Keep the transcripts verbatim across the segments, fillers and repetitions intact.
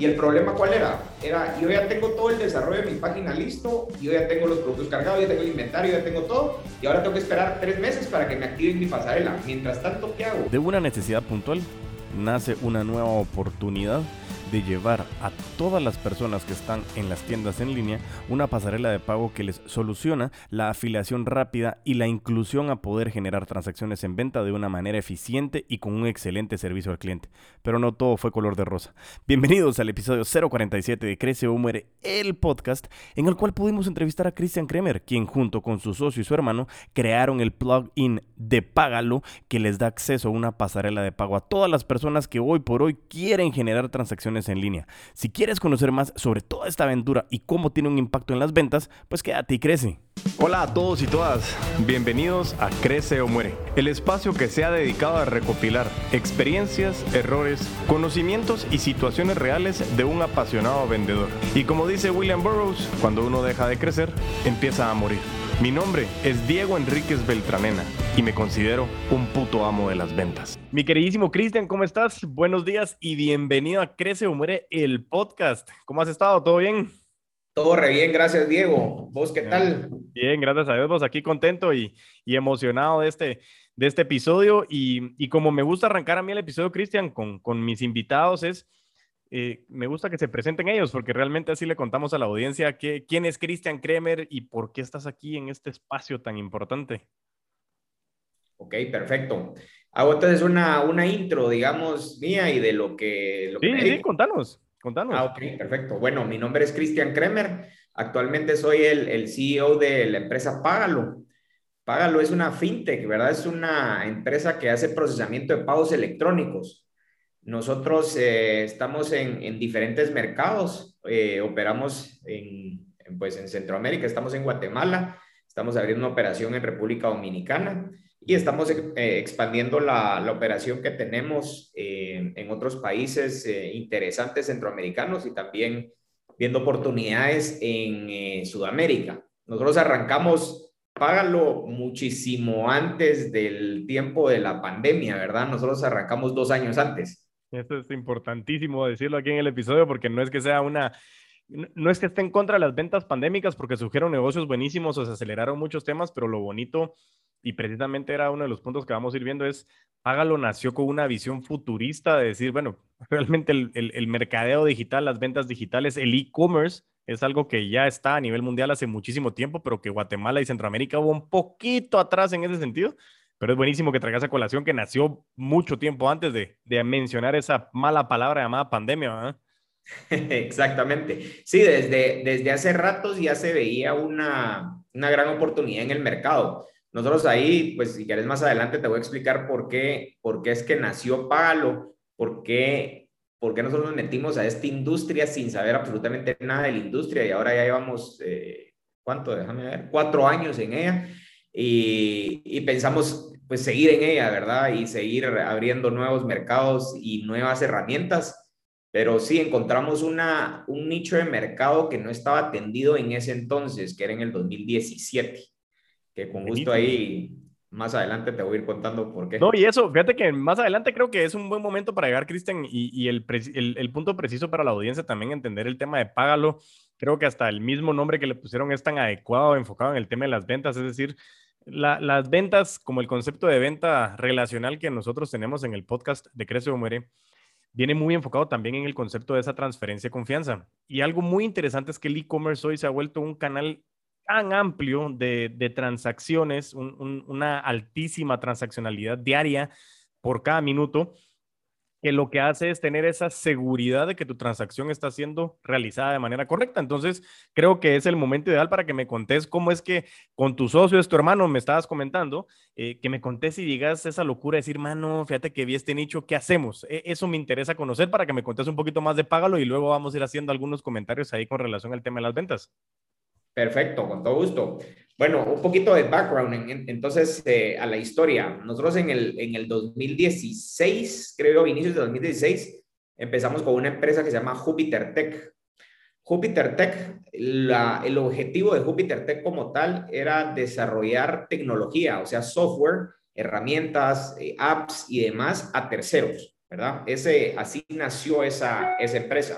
¿Y el problema cuál era? Era, yo ya tengo todo el desarrollo de mi página listo, yo ya tengo los productos cargados, ya tengo el inventario, ya tengo todo, y ahora tengo que esperar tres meses para que me activen mi pasarela. Mientras tanto, ¿qué hago? De una necesidad puntual nace una nueva oportunidad de llevar a todas las personas que están en las tiendas en línea una pasarela de pago que les soluciona la afiliación rápida y la inclusión a poder generar transacciones en venta de una manera eficiente y con un excelente servicio al cliente. Pero no todo fue color de rosa. Bienvenidos al episodio cero cuarenta y siete de Crece o Muere, el podcast en el cual pudimos entrevistar a Christian Kremer, quien junto con su socio y su hermano crearon el plugin de Págalo que les da acceso a una pasarela de pago a todas las personas que hoy por hoy quieren generar transacciones en línea. Si quieres conocer más sobre toda esta aventura y cómo tiene un impacto en las ventas, pues quédate y crece. Hola a todos y todas, bienvenidos a Crece o Muere, el espacio que se ha dedicado a recopilar experiencias, errores, conocimientos y situaciones reales de un apasionado vendedor. Y como dice William Burroughs, cuando uno deja de crecer, empieza a morir. Mi nombre es Diego Enríquez Beltranena y me considero un puto amo de las ventas. Mi queridísimo Christian, ¿cómo estás? Buenos días y bienvenido a Crece o Muere, el podcast. ¿Cómo has estado? ¿Todo bien? Todo re bien, gracias Diego. ¿Vos qué tal? Bien, gracias a Dios, vos aquí contento y, y emocionado de este, de este episodio. Y, y como me gusta arrancar a mí el episodio, Christian, con, con mis invitados, es eh, me gusta que se presenten ellos, porque realmente así le contamos a la audiencia que, quién es Christian Kremer y por qué estás aquí en este espacio tan importante. Ok, perfecto. Hago entonces una, una intro, digamos, mía y de lo que, lo que Sí, me sí, sí, dedico. contanos, contanos. Ah, ok, perfecto. Bueno, mi nombre es Christian Kremer. Actualmente soy el, el C E O de la empresa Págalo. Págalo es una fintech, ¿verdad? Es una empresa que hace procesamiento de pagos electrónicos. Nosotros eh, estamos en, en diferentes mercados. Eh, operamos en, en, pues, en Centroamérica, estamos en Guatemala, estamos abriendo una operación en República Dominicana y estamos eh, expandiendo la, la operación que tenemos eh, en otros países eh, interesantes centroamericanos y también viendo oportunidades en eh, Sudamérica. Nosotros arrancamos Págalo muchísimo antes del tiempo de la pandemia, ¿verdad? Nosotros arrancamos dos años antes. Esto es importantísimo decirlo aquí en el episodio porque no es que sea una... No es que esté en contra de las ventas pandémicas porque surgieron negocios buenísimos o se aceleraron muchos temas, pero lo bonito, y precisamente era uno de los puntos que vamos a ir viendo, es Págalo nació con una visión futurista de decir, bueno, realmente el, el, el mercadeo digital, las ventas digitales, el e-commerce es algo que ya está a nivel mundial hace muchísimo tiempo, pero que Guatemala y Centroamérica hubo un poquito atrás en ese sentido. Pero es buenísimo que traigas a colación que nació mucho tiempo antes de, de mencionar esa mala palabra llamada pandemia, ¿verdad? Exactamente. Sí, desde, desde hace ratos ya se veía una, una gran oportunidad en el mercado. Nosotros ahí, pues si quieres más adelante te voy a explicar por qué, por qué es que nació Págalo, por qué, por qué nosotros nos metimos a esta industria sin saber absolutamente nada de la industria y ahora ya llevamos, eh, ¿cuánto? Déjame ver, cuatro años en ella y, y pensamos pues seguir en ella, ¿verdad? Y seguir abriendo nuevos mercados y nuevas herramientas. Pero sí encontramos una, un nicho de mercado que no estaba atendido en ese entonces, que era en el dos mil diecisiete, que con gusto Buenísimo. ahí más adelante te voy a ir contando por No, qué. y eso, fíjate que más adelante creo que es un buen momento para llegar, Cristian, y, y el, el, el punto preciso para la audiencia también entender el tema de Págalo. Creo que hasta el mismo nombre que le pusieron es tan adecuado, enfocado en el tema de las ventas, es decir, la, las ventas como el concepto de venta relacional que nosotros tenemos en el podcast de Crece o Muere, viene muy enfocado también en el concepto de esa transferencia de confianza. Y algo muy interesante es que el e-commerce hoy se ha vuelto un canal tan amplio de, de transacciones, un, un, una altísima transaccionalidad diaria por cada minuto, que lo que hace es tener esa seguridad de que tu transacción está siendo realizada de manera correcta. Entonces, creo que es el momento ideal para que me contés cómo es que con tu socio, es tu hermano, me estabas comentando, eh, que me contés y digas esa locura de decir, mano, fíjate que vi este nicho, ¿qué hacemos? E eso me interesa conocer para que me contés un poquito más de Págalo y luego vamos a ir haciendo algunos comentarios ahí con relación al tema de las ventas. Perfecto, con todo gusto. Bueno, un poquito de background, en, en, entonces, eh, a la historia. Nosotros en el, en el dos mil dieciséis, creo, inicios de dos mil dieciséis, empezamos con una empresa que se llama Jupiter Tech. Jupiter Tech, la, el objetivo de Jupiter Tech como tal era desarrollar tecnología, o sea, software, herramientas, eh, apps y demás a terceros, ¿verdad? Ese, así nació esa, esa empresa.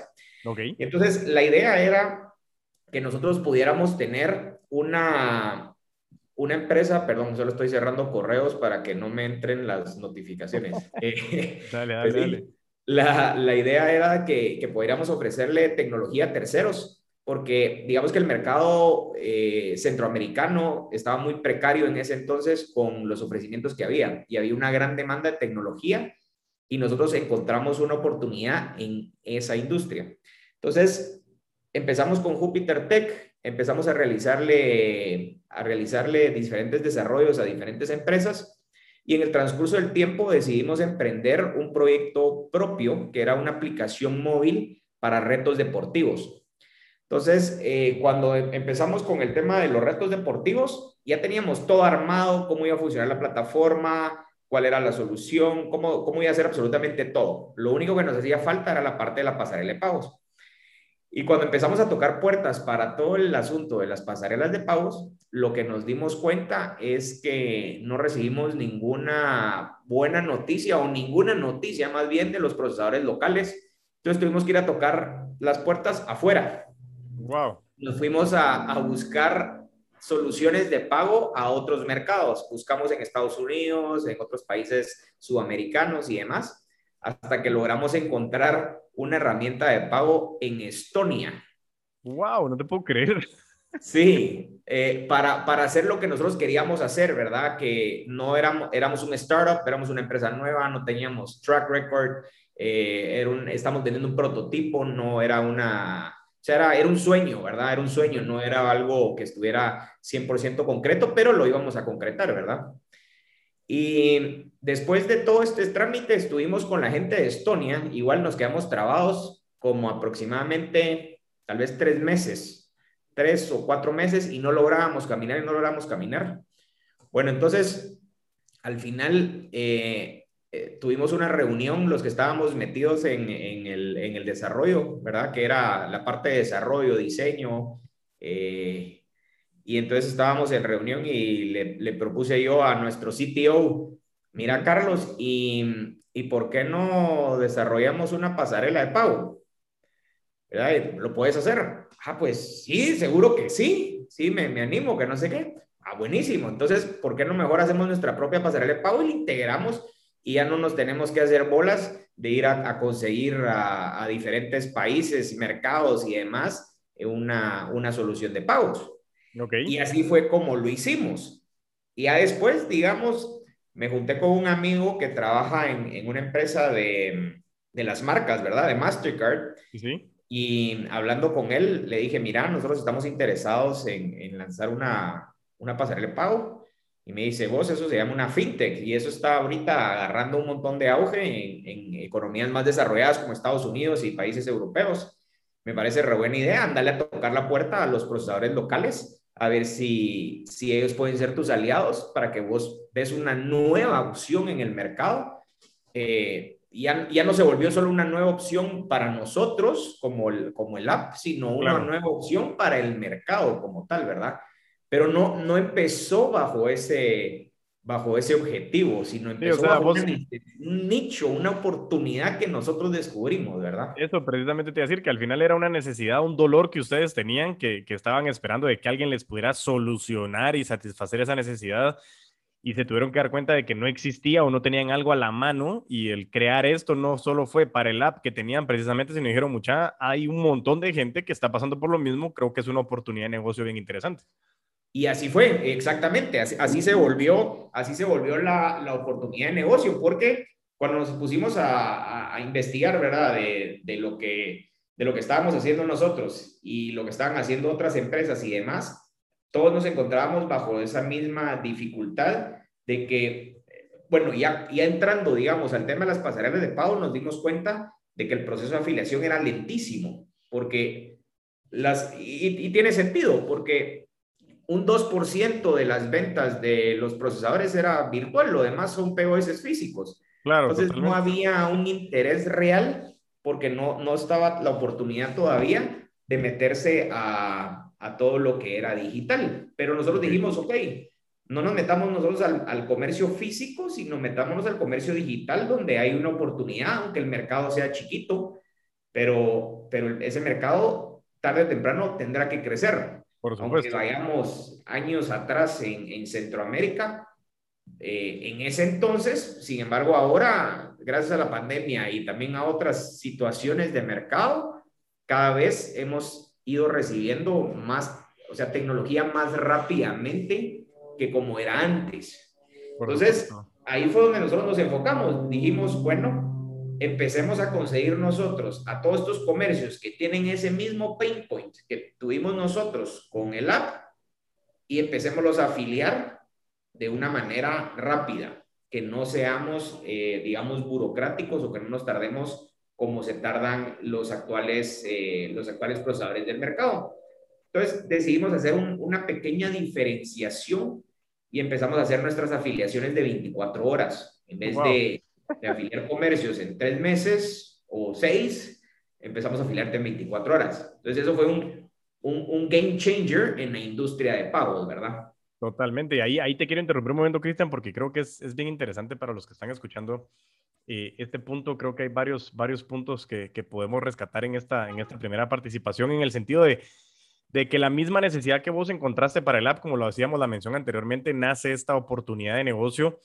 Ok. Y entonces la idea era que nosotros pudiéramos tener una, una empresa, perdón, solo estoy cerrando correos para que no me entren las notificaciones. Eh, Dale, pues dale, dale. sí, la, la idea era que, que pudiéramos ofrecerle tecnología a terceros, porque digamos que el mercado eh, centroamericano estaba muy precario en ese entonces con los ofrecimientos que había, y había una gran demanda de tecnología, y nosotros encontramos una oportunidad en esa industria. Entonces, empezamos con Jupiter Tech, empezamos a realizarle, a realizarle diferentes desarrollos a diferentes empresas, y en el transcurso del tiempo decidimos emprender un proyecto propio que era una aplicación móvil para retos deportivos. Entonces, eh, cuando empezamos con el tema de los retos deportivos, ya teníamos todo armado, cómo iba a funcionar la plataforma, cuál era la solución, cómo, cómo iba a ser absolutamente todo. Lo único que nos hacía falta era la parte de la pasarela de pagos. Y cuando empezamos a tocar puertas para todo el asunto de las pasarelas de pagos, lo que nos dimos cuenta es que no recibimos ninguna buena noticia o ninguna noticia más bien de los procesadores locales. Entonces tuvimos que ir a tocar las puertas afuera. Wow. Nos fuimos a, a buscar soluciones de pago a otros mercados. Buscamos en Estados Unidos, en otros países sudamericanos y demás, hasta que logramos encontrar una herramienta de pago en Estonia. Wow, no te puedo creer. Sí, eh, para, para hacer lo que nosotros queríamos hacer, ¿verdad? Que no éramos, éramos un startup, éramos una empresa nueva, no teníamos track record, eh, era un, estamos teniendo un prototipo, no era una, o sea, era, era un sueño, ¿verdad? Era un sueño, no era algo que estuviera cien por ciento concreto, pero lo íbamos a concretar, ¿verdad? Y después de todo este trámite, estuvimos con la gente de Estonia, igual nos quedamos trabados como aproximadamente, tal vez tres meses, tres o cuatro meses, y no lográbamos caminar y no lográbamos caminar. Bueno, entonces, al final eh, eh, tuvimos una reunión, los que estábamos metidos en, en, el, en el desarrollo, ¿verdad? Que era la parte de desarrollo, diseño, eh, y entonces estábamos en reunión y le, le propuse yo a nuestro C T O, mira Carlos, ¿y, ¿y por qué no desarrollamos una pasarela de pago? ¿Verdad? ¿Lo puedes hacer? Ah, pues sí, seguro que sí, sí, me, me animo, que no sé qué. Ah, buenísimo. Entonces, ¿por qué no mejor hacemos nuestra propia pasarela de pago y la integramos y ya no nos tenemos que hacer bolas de ir a, a conseguir a, a diferentes países, mercados y demás una, una solución de pagos? Ok. Y así fue como lo hicimos. Y ya después, digamos, me junté con un amigo que trabaja en, en una empresa de, de las marcas, ¿verdad? De Mastercard. Sí, sí. Y hablando con él, le dije, mira, nosotros estamos interesados en, en lanzar una, una pasarela de pago. Y me dice, vos, eso se llama una fintech. Y eso está ahorita agarrando un montón de auge en, en economías más desarrolladas como Estados Unidos y países europeos. Me parece re buena idea, andarle a tocar la puerta a los procesadores locales, a ver si, si ellos pueden ser tus aliados para que vos des una nueva opción en el mercado. Eh, ya, ya no se volvió solo una nueva opción para nosotros como el, como el app, sino una Claro. nueva opción para el mercado como tal, ¿verdad? Pero no, no empezó bajo ese, bajo ese objetivo, sino Sí, o empezó sea, bajo una, vos, un nicho, una oportunidad que nosotros descubrimos, ¿verdad? eso precisamente te iba a decir que al final era una necesidad, un dolor que ustedes tenían, que, que estaban esperando de que alguien les pudiera solucionar y satisfacer esa necesidad, y se tuvieron que dar cuenta de que no existía o no tenían algo a la mano, y el crear esto no solo fue para el app que tenían precisamente, sino dijeron, mucha, hay un montón de gente que está pasando por lo mismo, creo que es una oportunidad de negocio bien interesante. Y así fue, exactamente, así, así se volvió, así se volvió la, la oportunidad de negocio, porque cuando nos pusimos a, a, a investigar, ¿verdad?, de, de, lo que, de lo que estábamos haciendo nosotros y lo que estaban haciendo otras empresas y demás, todos nos encontrábamos bajo esa misma dificultad de que, bueno, ya, ya entrando, digamos, al tema de las pasarelas de pago, nos dimos cuenta de que el proceso de afiliación era lentísimo, porque las, y, y tiene sentido, porque un dos por ciento de las ventas de los procesadores era virtual, lo demás son P O S físicos. Claro, Entonces no totalmente. había un interés real porque no, no estaba la oportunidad todavía de meterse a, a todo lo que era digital. Pero nosotros Ok. dijimos, ok, no nos metamos nosotros al, al comercio físico, sino metámonos al comercio digital donde hay una oportunidad, aunque el mercado sea chiquito. pero, pero ese mercado tarde o temprano tendrá que crecer. Por Aunque supuesto. vayamos años atrás en, en Centroamérica, eh, en ese entonces, sin embargo, ahora, gracias a la pandemia y también a otras situaciones de mercado, cada vez hemos ido recibiendo más, o sea, tecnología más rápidamente que como era antes. Por Entonces, supuesto. ahí fue donde nosotros nos enfocamos. Dijimos, bueno, empecemos a conseguir nosotros a todos estos comercios que tienen ese mismo pain point que tuvimos nosotros con el app y empecémoslos a afiliar de una manera rápida, que no seamos, eh, digamos, burocráticos o que no nos tardemos como se tardan los actuales, eh, los actuales procesadores del mercado. Entonces decidimos hacer un, una pequeña diferenciación y empezamos a hacer nuestras afiliaciones de veinticuatro horas. En vez Wow. de, de afiliar comercios en tres meses o seis, empezamos a afiliarte en veinticuatro horas. Entonces eso fue un, un, un game changer en la industria de pagos, ¿verdad? Totalmente. Y ahí, ahí te quiero interrumpir un momento, Cristian, porque creo que es, es bien interesante para los que están escuchando eh, este punto. Creo que hay varios, varios puntos que, que podemos rescatar en esta, en esta primera participación, en el sentido de, de que la misma necesidad que vos encontraste para el app, como lo hacíamos la mención anteriormente, nace esta oportunidad de negocio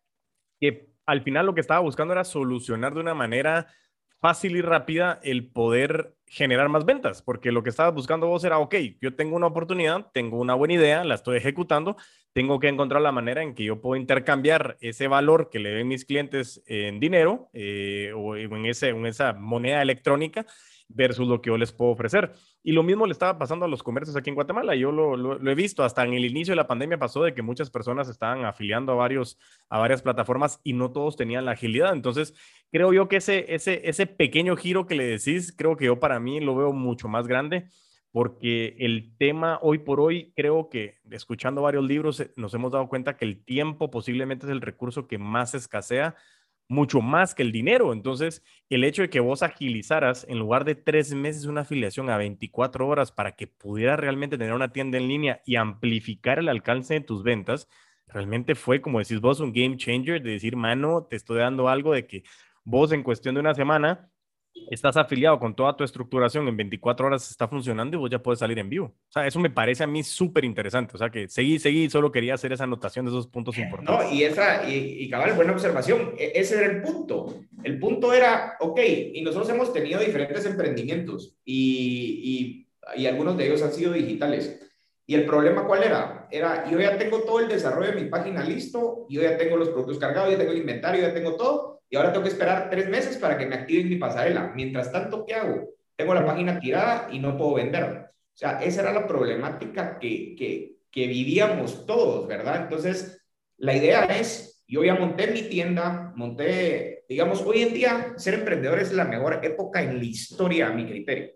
que al final lo que estaba buscando era solucionar de una manera fácil y rápida el poder generar más ventas, porque lo que estabas buscando vos era, ok, yo tengo una oportunidad, tengo una buena idea, la estoy ejecutando, tengo que encontrar la manera en que yo puedo intercambiar ese valor que le den mis clientes en dinero eh, o en, ese, en esa moneda electrónica versus lo que yo les puedo ofrecer. Y lo mismo le estaba pasando a los comercios aquí en Guatemala. Yo lo, lo, lo he visto, hasta en el inicio de la pandemia pasó de que muchas personas estaban afiliando a, varios, a varias plataformas y no todos tenían la agilidad. Entonces, creo yo que ese, ese, ese pequeño giro que le decís, creo que yo para mí lo veo mucho más grande, porque el tema hoy por hoy, creo que escuchando varios libros nos hemos dado cuenta que el tiempo posiblemente es el recurso que más escasea, mucho más que el dinero. Entonces, el hecho de que vos agilizaras en lugar de tres meses una afiliación a veinticuatro horas para que pudieras realmente tener una tienda en línea y amplificar el alcance de tus ventas, realmente fue, como decís vos, un game changer de decir, mano, te estoy dando algo de que vos en cuestión de una semana estás afiliado con toda tu estructuración en veinticuatro horas está funcionando y vos ya puedes salir en vivo. O sea, eso me parece a mí súper interesante. O sea, que seguí, seguí, solo quería hacer esa anotación de esos puntos No, importantes. y esa, y, y cabal, buena observación. E- ese era el punto. El punto era, ok, y nosotros hemos tenido diferentes emprendimientos y, y, y algunos de ellos han sido digitales. Y el problema, ¿cuál era? Era, yo ya tengo todo el desarrollo de mi página listo, yo ya tengo los productos cargados, ya tengo el inventario, ya tengo todo, y ahora tengo que esperar tres meses para que me activen mi pasarela. Mientras tanto, ¿qué hago? Tengo la página tirada y no puedo vender. O sea, esa era la problemática que, que, que vivíamos todos, ¿verdad? Entonces, la idea es, yo ya monté mi tienda, monté, digamos, hoy en día ser emprendedor es la mejor época en la historia a mi criterio,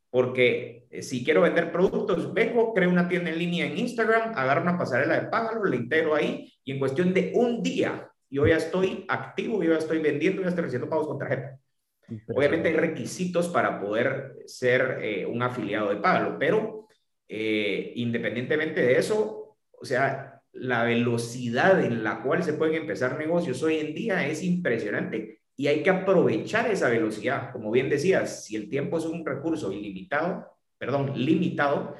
porque eh, si quiero vender productos, vengo, creo una tienda en línea en Instagram, agarro una pasarela de Págalo, la integro ahí y en cuestión de un día yo ya estoy activo, yo ya estoy vendiendo, ya estoy recibiendo pagos con tarjeta. Obviamente hay Impresionante. requisitos para poder ser eh, un afiliado de Págalo, pero eh, independientemente de eso, o sea, la velocidad en la cual se pueden empezar negocios hoy en día es impresionante y hay que aprovechar esa velocidad. Como bien decías, si el tiempo es un recurso ilimitado, perdón, limitado,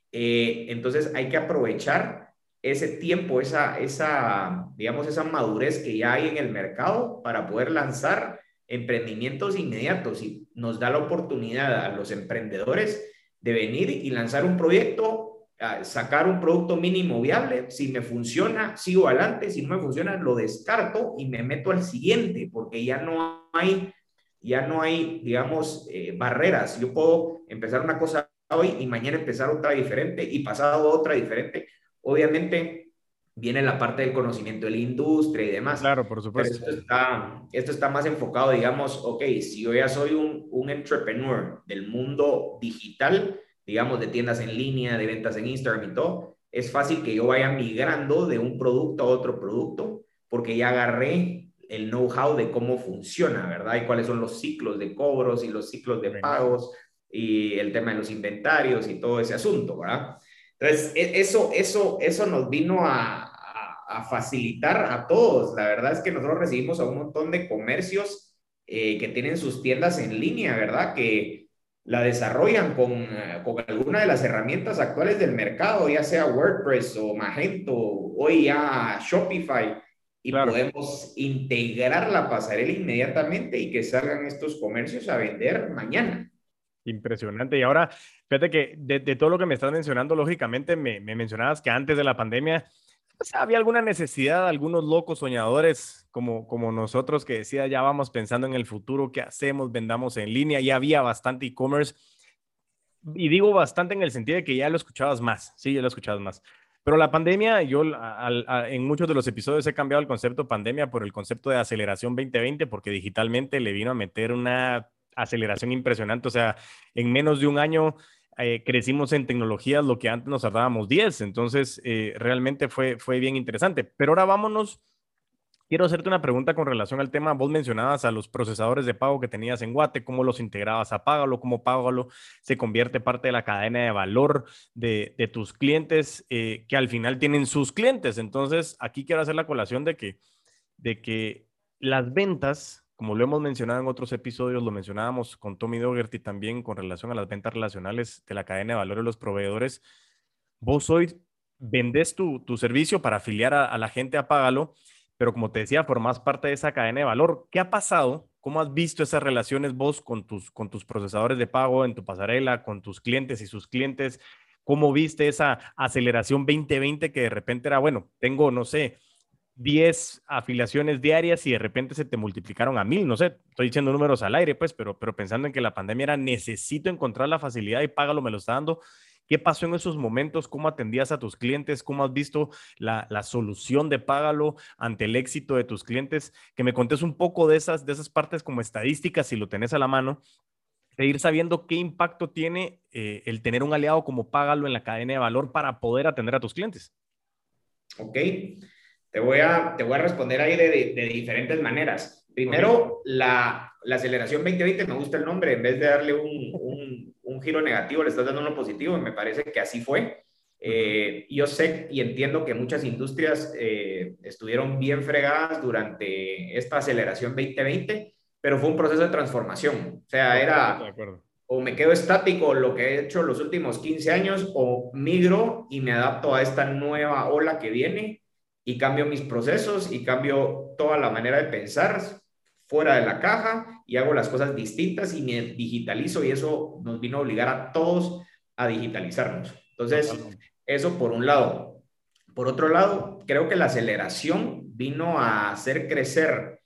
eh, entonces hay que aprovechar ese tiempo, esa, esa, digamos, esa madurez que ya hay en el mercado para poder lanzar emprendimientos inmediatos y nos da la oportunidad a los emprendedores de venir y lanzar un proyecto, sacar un producto mínimo viable. Si me funciona, sigo adelante. Si no me funciona, lo descarto y me meto al siguiente, porque ya no hay, ya no hay, digamos, eh, barreras. Yo puedo empezar una cosa hoy y mañana empezar otra diferente y pasado otra diferente. Obviamente viene la parte del conocimiento de la industria y demás, Claro, por pero supuesto. esto está, esto está más enfocado, digamos, ok, si yo ya soy un, un entrepreneur del mundo digital, digamos, de tiendas en línea, de ventas en Instagram y todo, es fácil que yo vaya migrando de un producto a otro producto porque ya agarré el know-how de cómo funciona, ¿verdad? Y cuáles son los ciclos de cobros y los ciclos de Buenísimo. pagos y el tema de los inventarios y todo ese asunto, ¿verdad? Entonces, eso, eso, eso nos vino a, a, a facilitar a todos. La verdad es que nosotros recibimos a un montón de comercios eh, que tienen sus tiendas en línea, ¿verdad? Que la desarrollan con, uh, con alguna de las herramientas actuales del mercado, ya sea WordPress o Magento, hoy ya Shopify, y Claro. podemos integrar la pasarela inmediatamente y que salgan estos comercios a vender mañana. Impresionante. Y ahora, fíjate que de, de todo lo que me estás mencionando, lógicamente me, me mencionabas que antes de la pandemia pues, había alguna necesidad, algunos locos soñadores como, como nosotros que decía, ya vamos pensando en el futuro, ¿qué hacemos? Vendamos en línea. Ya había bastante e-commerce. Y digo bastante en el sentido de que ya lo escuchabas más. Sí, ya lo escuchabas más. Pero la pandemia, yo a, a, en muchos de los episodios he cambiado el concepto pandemia por el concepto de aceleración veinte veinte, porque digitalmente le vino a meter una aceleración impresionante. O sea, en menos de un año eh, crecimos en tecnologías lo que antes nos tardábamos diez. Entonces, eh, realmente fue, fue bien interesante. Pero ahora vámonos. Quiero hacerte una pregunta con relación al tema. Vos mencionabas a los procesadores de pago que tenías en Guate, cómo los integrabas a Págalo, cómo Págalo se convierte parte de la cadena de valor de, de tus clientes, eh, que al final tienen sus clientes. Entonces, aquí quiero hacer la colación de que, de que las ventas, como lo hemos mencionado en otros episodios, lo mencionábamos con Tommy Dougherty también con relación a las ventas relacionales de la cadena de valor de los proveedores. Vos hoy vendés tu, tu servicio para afiliar a, a la gente a Págalo, pero como te decía, formás parte de esa cadena de valor. ¿Qué ha pasado? ¿Cómo has visto esas relaciones vos con tus, con tus procesadores de pago en tu pasarela, con tus clientes y sus clientes? ¿Cómo viste esa aceleración veinte veinte que de repente era, bueno, tengo, no sé, diez afiliaciones diarias y de repente se te multiplicaron a mil? No sé, estoy diciendo números al aire, pues, pero, pero pensando en que la pandemia era necesito encontrar la facilidad y Págalo me lo está dando. ¿Qué pasó en esos momentos? ¿Cómo atendías a tus clientes? ¿Cómo has visto la, la solución de Págalo ante el éxito de tus clientes? Que me contés un poco de esas, de esas partes como estadísticas, si lo tenés a la mano, de ir sabiendo qué impacto tiene eh, el tener un aliado como Págalo en la cadena de valor para poder atender a tus clientes. Ok, te voy a, te voy a responder ahí de, de, de diferentes maneras. Primero, okay. la, la aceleración veinte veinte, me gusta el nombre, en vez de darle un, un, un giro negativo, le estás dando uno positivo, y me parece que así fue. Eh, yo sé y entiendo que muchas industrias eh, estuvieron bien fregadas durante esta aceleración veinte veinte, pero fue un proceso de transformación. O sea, era o me quedo estático lo que he hecho los últimos quince años, o migro y me adapto a esta nueva ola que viene y cambio mis procesos y cambio toda la manera de pensar fuera de la caja y hago las cosas distintas y me digitalizo, y eso nos vino a obligar a todos a digitalizarnos. Entonces, totalmente. Eso por un lado. Por otro lado, creo que la aceleración vino a hacer crecer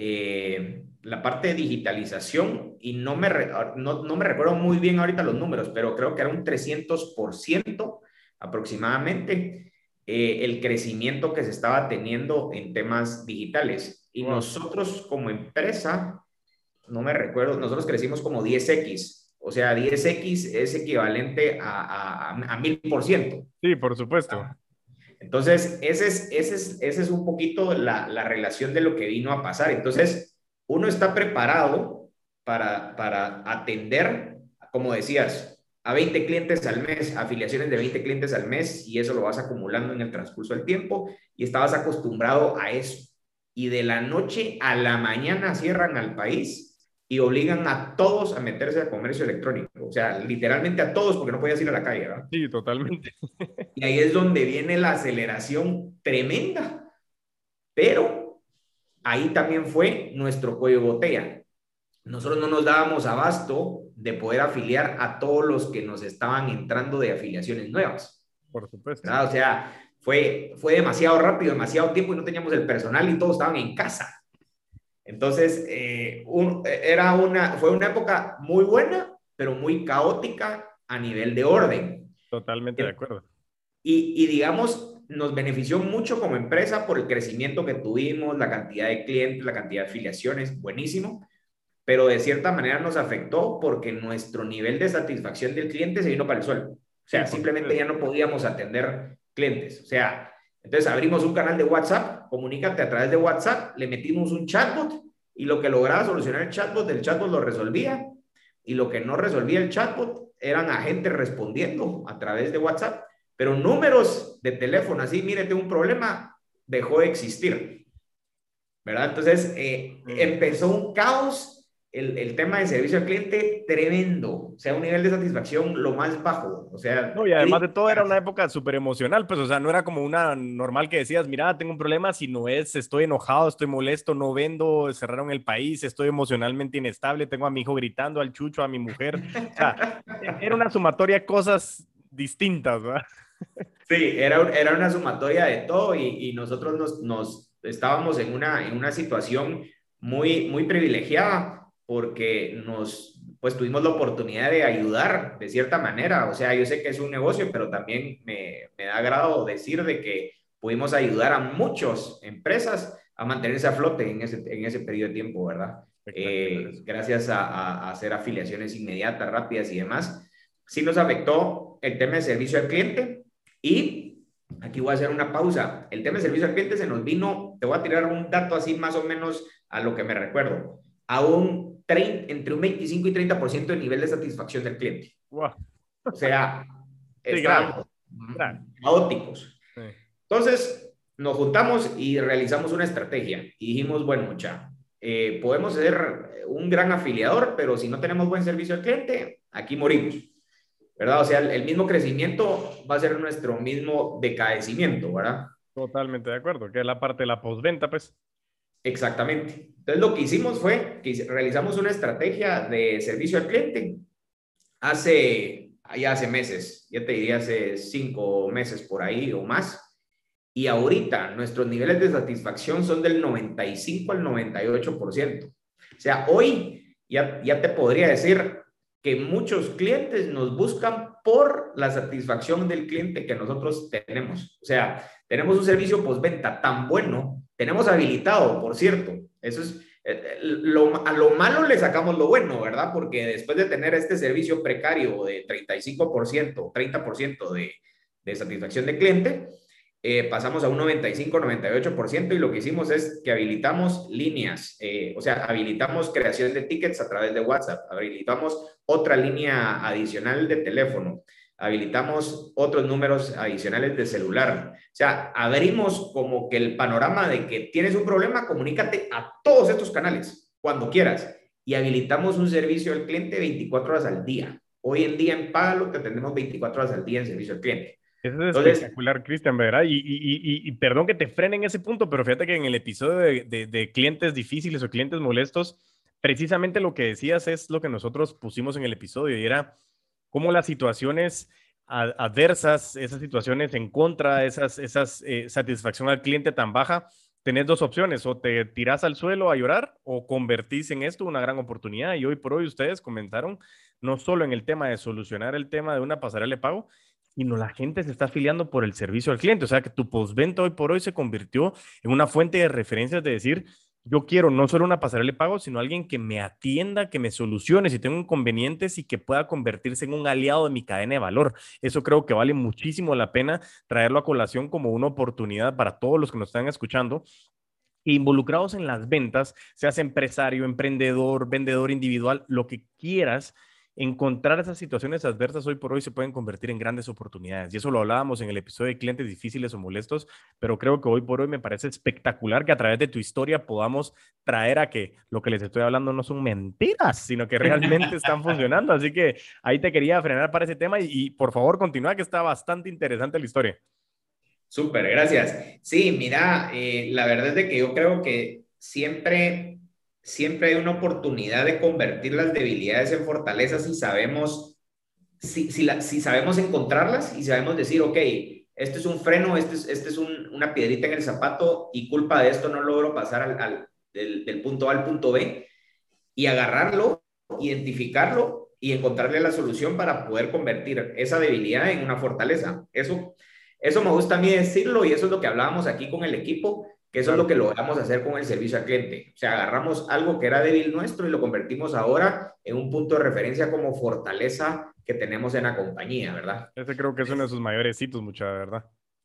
eh, la parte de digitalización, y no me, no, no me recuerdo muy bien ahorita los números, pero creo que era un trescientos por ciento aproximadamente eh, el crecimiento que se estaba teniendo en temas digitales. Y wow. Nosotros como empresa, no me recuerdo, nosotros crecimos como diez equis. O sea, diez equis es equivalente a, a, a mil por ciento. Sí, por supuesto. Entonces, ese es, ese es, ese es un poquito la, la relación de lo que vino a pasar. Entonces, uno está preparado para, para atender, como decías, a veinte clientes al mes, afiliaciones de veinte clientes al mes, y eso lo vas acumulando en el transcurso del tiempo, y estabas acostumbrado a eso. Y de la noche a la mañana cierran al país y obligan a todos a meterse al comercio electrónico. O sea, literalmente a todos, porque no podías ir a la calle, ¿verdad? Sí, totalmente. Y ahí es donde viene la aceleración tremenda. Pero ahí también fue nuestro cuello de botella. Nosotros no nos dábamos abasto de poder afiliar a todos los que nos estaban entrando de afiliaciones nuevas. Por supuesto. ¿Verdad? O sea, fue, fue demasiado rápido, demasiado tiempo, y no teníamos el personal y todos estaban en casa. Entonces, eh, un, era una, fue una época muy buena, pero muy caótica a nivel de orden. Totalmente de acuerdo. Y, y digamos, nos benefició mucho como empresa por el crecimiento que tuvimos, la cantidad de clientes, la cantidad de afiliaciones, buenísimo, pero de cierta manera nos afectó porque nuestro nivel de satisfacción del cliente se vino para el suelo. O sea, sí, simplemente ya no podíamos atender clientes. O sea, entonces abrimos un canal de WhatsApp, comunícate a través de WhatsApp, le metimos un chatbot, y lo que lograba solucionar el chatbot, el chatbot lo resolvía, y lo que no resolvía el chatbot eran agentes respondiendo a través de WhatsApp, pero números de teléfono así, mire, tengo un problema, dejó de existir, ¿verdad? Entonces eh, empezó un caos el, el tema de servicio al cliente tremendo, o sea, un nivel de satisfacción lo más bajo, o sea... No, y además de todo era una época súper emocional, pues, o sea, no era como una normal que decías, mira, tengo un problema, sino es, estoy enojado, estoy molesto, no vendo, cerraron el país, estoy emocionalmente inestable, tengo a mi hijo gritando, al chucho, a mi mujer, o sea, era una sumatoria de cosas distintas, ¿verdad? Sí, era, era una sumatoria de todo y, y nosotros nos, nos estábamos en una, en una situación muy, muy privilegiada porque nos, pues tuvimos la oportunidad de ayudar de cierta manera. O sea, yo sé que es un negocio, pero también me, me da agrado decir de que pudimos ayudar a muchas empresas a mantenerse a flote en ese, en ese periodo de tiempo, ¿verdad? Eh, gracias a, a, a hacer afiliaciones inmediatas, rápidas y demás. Sí nos afectó el tema de servicio al cliente y aquí voy a hacer una pausa. El tema de servicio al cliente se nos vino, te voy a tirar un dato así más o menos a lo que me recuerdo, a un treinta, entre un veinticinco y treinta por ciento de nivel de satisfacción del cliente. Wow. O sea, sí, estábamos grave. caóticos. Sí. Entonces, nos juntamos y realizamos una estrategia y dijimos, bueno, mucha, eh, podemos ser un gran afiliador, pero si no tenemos buen servicio al cliente, aquí morimos. ¿Verdad? O sea, el, el mismo crecimiento va a ser nuestro mismo decadecimiento, ¿verdad? Totalmente de acuerdo, que es la parte de la postventa, pues. Exactamente. Entonces, lo que hicimos fue que realizamos una estrategia de servicio al cliente hace, ya hace meses, ya te diría hace cinco meses por ahí o más, y ahorita nuestros niveles de satisfacción son del noventa y cinco al noventa y ocho por ciento. O sea, hoy ya, ya te podría decir que muchos clientes nos buscan por la satisfacción del cliente que nosotros tenemos. O sea, tenemos un servicio postventa tan bueno, tenemos habilitado, por cierto, eso es, eh, lo, a lo malo le sacamos lo bueno, ¿verdad? Porque después de tener este servicio precario de treinta y cinco por ciento, treinta por ciento de, de satisfacción de cliente, Eh, pasamos a un noventa y cinco, noventa y ocho por ciento y lo que hicimos es que habilitamos líneas, eh, o sea, habilitamos creación de tickets a través de WhatsApp, habilitamos otra línea adicional de teléfono, habilitamos otros números adicionales de celular. O sea, abrimos como que el panorama de que tienes un problema, comunícate a todos estos canales cuando quieras y habilitamos un servicio al cliente veinticuatro horas al día. Hoy en día en Págalo te tenemos veinticuatro horas al día en servicio al cliente. Eso es Entonces, espectacular, Cristian, ¿verdad? Y, y, y, y perdón que te frene en ese punto, pero fíjate que en el episodio de, de, de clientes difíciles o clientes molestos, precisamente lo que decías es lo que nosotros pusimos en el episodio y era cómo las situaciones adversas, esas situaciones en contra, esas, esas eh, satisfacción al cliente tan baja, tenés dos opciones, o te tirás al suelo a llorar o convertís en esto una gran oportunidad. Y hoy por hoy ustedes comentaron no solo en el tema de solucionar el tema de una pasarela de pago, sino la gente se está afiliando por el servicio al cliente. O sea, que tu postventa hoy por hoy se convirtió en una fuente de referencias de decir, yo quiero no solo una pasarela de pago, sino alguien que me atienda, que me solucione si tengo inconvenientes y que pueda convertirse en un aliado de mi cadena de valor. Eso creo que vale muchísimo la pena traerlo a colación como una oportunidad para todos los que nos están escuchando. Involucrados en las ventas, seas empresario, emprendedor, vendedor individual, lo que quieras, encontrar esas situaciones adversas hoy por hoy se pueden convertir en grandes oportunidades. Y eso lo hablábamos en el episodio de clientes difíciles o molestos, pero creo que hoy por hoy me parece espectacular que a través de tu historia podamos traer a que lo que les estoy hablando no son mentiras, sino que realmente están funcionando. Así que ahí te quería frenar para ese tema y, y por favor continúa, que está bastante interesante la historia. Súper, gracias. Sí, mira, eh, la verdad es de que yo creo que siempre... siempre hay una oportunidad de convertir las debilidades en fortalezas si sabemos, si, si, la, si sabemos encontrarlas y sabemos decir, ok, este es un freno, este es, este es un, una piedrita en el zapato y culpa de esto no logro pasar al, al, del, del punto A al punto B y agarrarlo, identificarlo y encontrarle la solución para poder convertir esa debilidad en una fortaleza. Eso, eso me gusta a mí decirlo y eso es lo que hablábamos aquí con el equipo, que eso claro. es lo que logramos hacer con el servicio al cliente. O sea, agarramos algo que era débil nuestro y lo convertimos ahora en un punto de referencia como fortaleza que tenemos en la compañía, ¿verdad? Ese creo que es uno de sus mayores hitos, mucha verdad.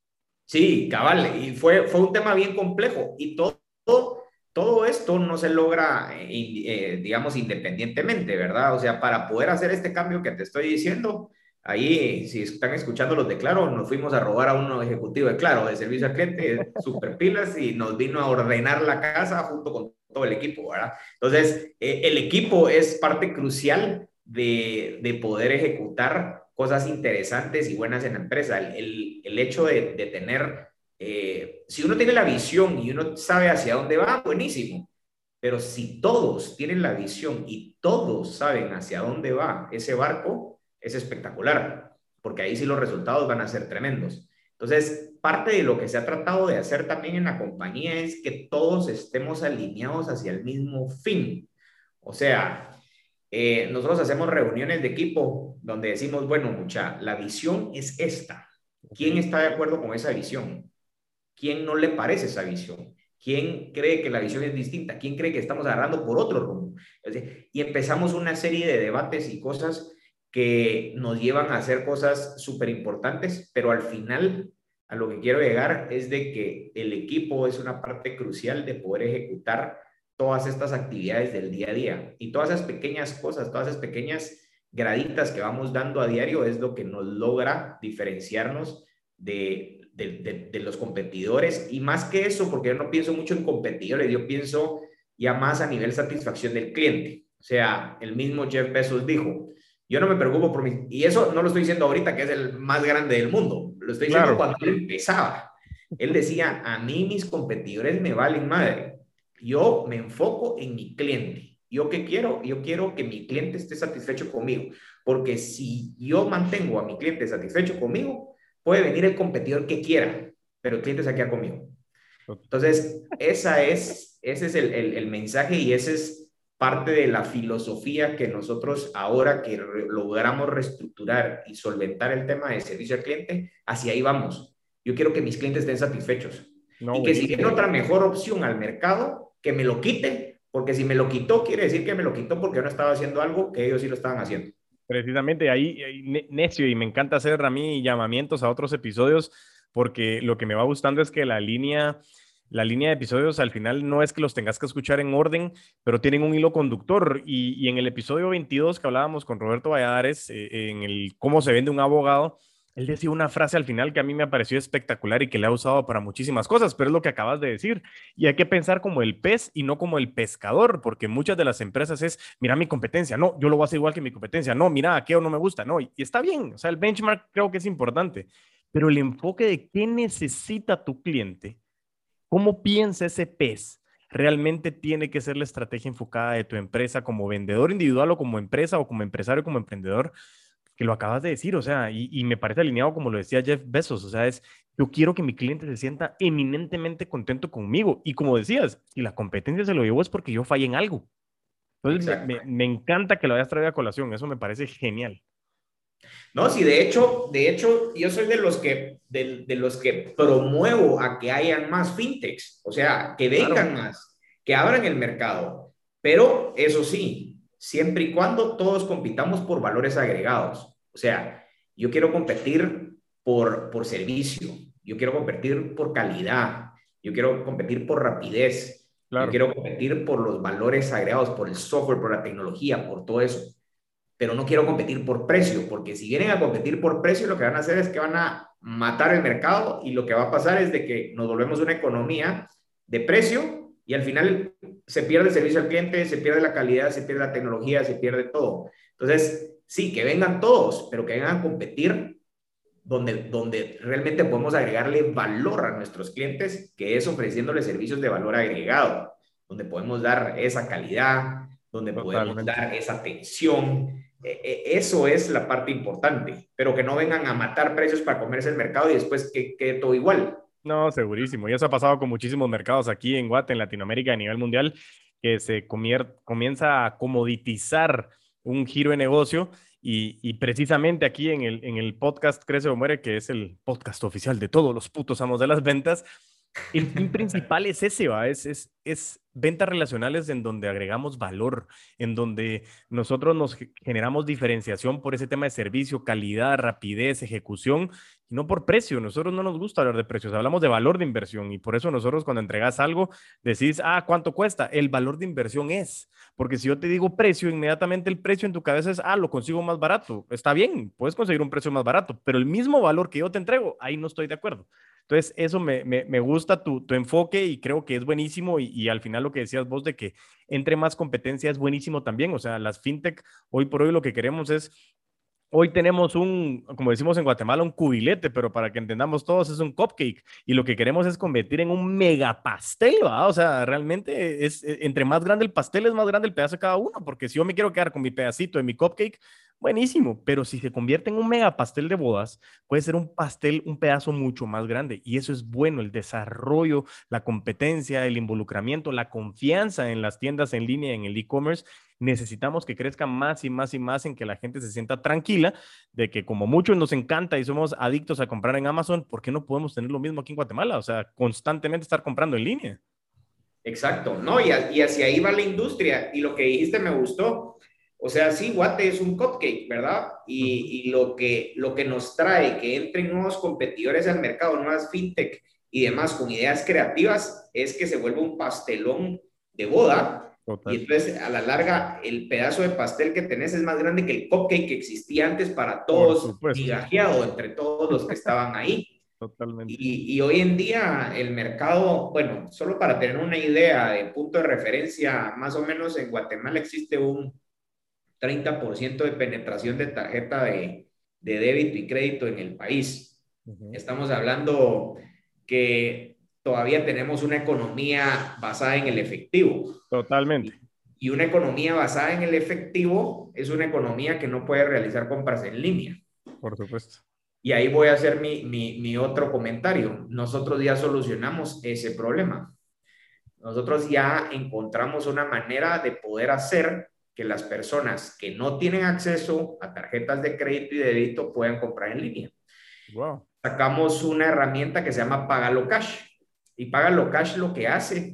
Sí, cabal, y fue, fue un tema bien complejo y todo, todo, todo esto no se logra, eh, eh, digamos, independientemente, ¿verdad? O sea, para poder hacer este cambio que te estoy diciendo, ahí, si están escuchando los de Claro, nos fuimos a robar a un ejecutivo de Claro, de servicio al cliente, super pilas, y nos vino a ordenar la casa junto con todo el equipo, ¿verdad? Entonces, eh, el equipo es parte crucial de, de poder ejecutar cosas interesantes y buenas en la empresa. El, el, el hecho de, de tener, eh, si uno tiene la visión y uno sabe hacia dónde va, buenísimo. Pero si todos tienen la visión y todos saben hacia dónde va ese barco, es espectacular, porque ahí sí los resultados van a ser tremendos. Entonces, parte de lo que se ha tratado de hacer también en la compañía es que todos estemos alineados hacia el mismo fin. O sea, eh, nosotros hacemos reuniones de equipo donde decimos, bueno, mucha, la visión es esta. ¿Quién está de acuerdo con esa visión? ¿Quién no le parece esa visión? ¿Quién cree que la visión es distinta? ¿Quién cree que estamos agarrando por otro rumbo? Y empezamos una serie de debates y cosas que nos llevan a hacer cosas súper importantes, pero al final a lo que quiero llegar es de que el equipo es una parte crucial de poder ejecutar todas estas actividades del día a día. Y todas esas pequeñas cosas, todas esas pequeñas graditas que vamos dando a diario es lo que nos logra diferenciarnos de De, de, de los competidores, y más que eso, porque yo no pienso mucho en competidores, yo pienso ya más a nivel satisfacción del cliente. O sea, el mismo Jeff Bezos dijo, yo no me preocupo por mi, y eso no lo estoy diciendo ahorita que es el más grande del mundo, lo estoy diciendo claro. Cuando él empezaba. Él decía, a mí mis competidores me valen madre, yo me enfoco en mi cliente. ¿Yo qué quiero? Yo quiero que mi cliente esté satisfecho conmigo, porque si yo mantengo a mi cliente satisfecho conmigo, puede venir el competidor que quiera, pero el cliente se va a quedar conmigo. Entonces, esa es, ese es el, el, el mensaje, y ese es parte de la filosofía que nosotros, ahora que re, logramos reestructurar y solventar el tema de servicio al cliente, hacia ahí vamos. Yo quiero que mis clientes estén satisfechos. No, y que si tiene otra mejor opción al mercado, que me lo quite, porque si me lo quitó, quiere decir que me lo quitó porque yo no estaba haciendo algo que ellos sí lo estaban haciendo. Precisamente ahí, ahí, necio, y me encanta hacer a mí llamamientos a otros episodios, porque lo que me va gustando es que la línea, la línea de episodios al final no es que los tengas que escuchar en orden, pero tienen un hilo conductor. Y, y en el episodio veintidós que hablábamos con Roberto Valladares, eh, en el cómo se vende un abogado, él decía una frase al final que a mí me pareció espectacular y que le ha usado para muchísimas cosas, pero es lo que acabas de decir. Y hay que pensar como el pez y no como el pescador, porque muchas de las empresas es, mira mi competencia, no, yo lo voy a hacer igual que mi competencia, no, mira, aquello no me gusta, no, y, y está bien, o sea, el benchmark creo que es importante, pero el enfoque de qué necesita tu cliente, cómo piensa ese pez, realmente tiene que ser la estrategia enfocada de tu empresa como vendedor individual o como empresa o como empresario, como emprendedor, que lo acabas de decir, o sea, y, y me parece alineado como lo decía Jeff Bezos, o sea, es, yo quiero que mi cliente se sienta eminentemente contento conmigo, y como decías, si la competencia se lo llevó es porque yo fallé en algo. Entonces, me, me, me encanta que lo hayas traído a colación, eso me parece genial. No, sí, de hecho, de hecho, yo soy de los que, de, de los que promuevo a que hayan más fintechs, o sea, que vengan claro. más, que abran el mercado, pero eso sí, siempre y cuando todos compitamos por valores agregados. O sea, yo quiero competir por, por servicio, yo quiero competir por calidad, yo quiero competir por rapidez, claro. Yo quiero competir por los valores agregados, por el software, por la tecnología, por todo eso. Pero no quiero competir por precio, porque si vienen a competir por precio, lo que van a hacer es que van a matar el mercado, y lo que va a pasar es de que nos volvemos una economía de precio, y al final se pierde el servicio al cliente, se pierde la calidad, se pierde la tecnología, se pierde todo. Entonces, sí, que vengan todos, pero que vengan a competir donde, donde realmente podemos agregarle valor a nuestros clientes, que es ofreciéndoles servicios de valor agregado, donde podemos dar esa calidad, donde Totalmente. podemos dar esa atención. Eso es la parte importante, pero que no vengan a matar precios para comerse el mercado y después que quede todo igual. No, segurísimo. Y eso ha pasado con muchísimos mercados aquí en Guate, en Latinoamérica, a nivel mundial, que se comier- comienza a comoditizar un giro de negocio. Y, y precisamente aquí en el, en el podcast Crece o Muere, que es el podcast oficial de todos los putos amos de las ventas, el fin principal es ese, ¿va? Es, es, es ventas relacionales en donde agregamos valor, en donde nosotros nos generamos diferenciación por ese tema de servicio, calidad, rapidez, ejecución, y no por precio. Nosotros no nos gusta hablar de precios, hablamos de valor de inversión, y por eso nosotros cuando entregas algo decís, ah, ¿cuánto cuesta? El valor de inversión es, porque si yo te digo precio, inmediatamente el precio en tu cabeza es, ah, lo consigo más barato. Está bien, puedes conseguir un precio más barato, pero el mismo valor que yo te entrego, ahí no estoy de acuerdo. Entonces, eso me, me, me gusta tu, tu enfoque y creo que es buenísimo y, y al final lo que decías vos de que entre más competencia es buenísimo también. O sea, las fintech hoy por hoy lo que queremos es hoy tenemos un, como decimos en Guatemala, un cubilete, pero para que entendamos todos es un cupcake y lo que queremos es convertir en un mega pastel, ¿va? O sea, realmente es, entre más grande el pastel es más grande el pedazo de cada uno, porque si yo me quiero quedar con mi pedacito de mi cupcake, buenísimo, pero si se convierte en un mega pastel de bodas, puede ser un pastel, un pedazo mucho más grande y eso es bueno, el desarrollo, la competencia, el involucramiento, la confianza en las tiendas en línea, en el e-commerce. Necesitamos que crezca más y más y más en que la gente se sienta tranquila de que como muchos nos encanta y somos adictos a comprar en Amazon, ¿por qué no podemos tener lo mismo aquí en Guatemala? O sea, constantemente estar comprando en línea. Exacto, ¿no? Y, a, y hacia ahí va la industria. Y lo que dijiste me gustó. O sea, sí, Guate es un cupcake, ¿verdad? Y, y lo, que, lo que nos trae que entren nuevos competidores al mercado, nuevas fintech y demás con ideas creativas, es que se vuelva un pastelón de boda. Total. Y entonces, a la larga, el pedazo de pastel que tenés es más grande que el cupcake que existía antes para todos, migajeado entre todos los que estaban ahí. Totalmente. Y, y hoy en día el mercado, bueno, solo para tener una idea de punto de referencia, más o menos en Guatemala existe un treinta por ciento de penetración de tarjeta de, de débito y crédito en el país. Uh-huh. Estamos hablando que todavía tenemos una economía basada en el efectivo. Totalmente. Y, y una economía basada en el efectivo es una economía que no puede realizar compras en línea. Por supuesto. Y ahí voy a hacer mi, mi, mi otro comentario. Nosotros ya solucionamos ese problema. Nosotros ya encontramos una manera de poder hacer que las personas que no tienen acceso a tarjetas de crédito y débito puedan comprar en línea. Wow. Sacamos una herramienta que se llama Págalo Cash. Y Págalo Cash lo que hace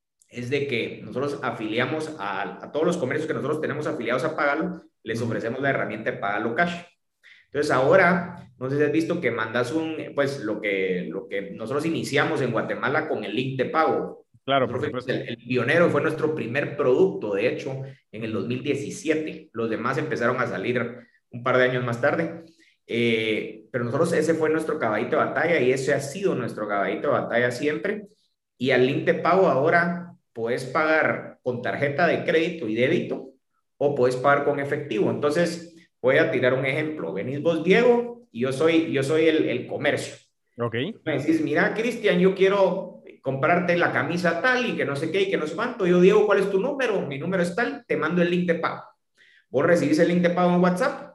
es de que nosotros afiliamos a, a todos los comercios que nosotros tenemos afiliados a Págalo, les ofrecemos la herramienta de Págalo Cash. Entonces ahora, no sé si has visto que mandas un, pues lo que, lo que nosotros iniciamos en Guatemala con el link de pago. Claro, por supuesto. El, el pionero fue nuestro primer producto, de hecho, en el dos mil diecisiete. Los demás empezaron a salir un par de años más tarde. Eh, pero nosotros ese fue nuestro caballito de batalla y ese ha sido nuestro caballito de batalla siempre. Y al link de pago ahora puedes pagar con tarjeta de crédito y débito o puedes pagar con efectivo. Entonces, voy a tirar un ejemplo. Venís vos, Diego, y yo soy, yo soy el, el comercio. Ok. Me decís, mira, Cristian, yo quiero comprarte la camisa tal y que no sé qué y que no sé cuánto. Yo, Diego, ¿cuál es tu número? Mi número es tal, te mando el link de pago. Vos recibís el link de pago en WhatsApp,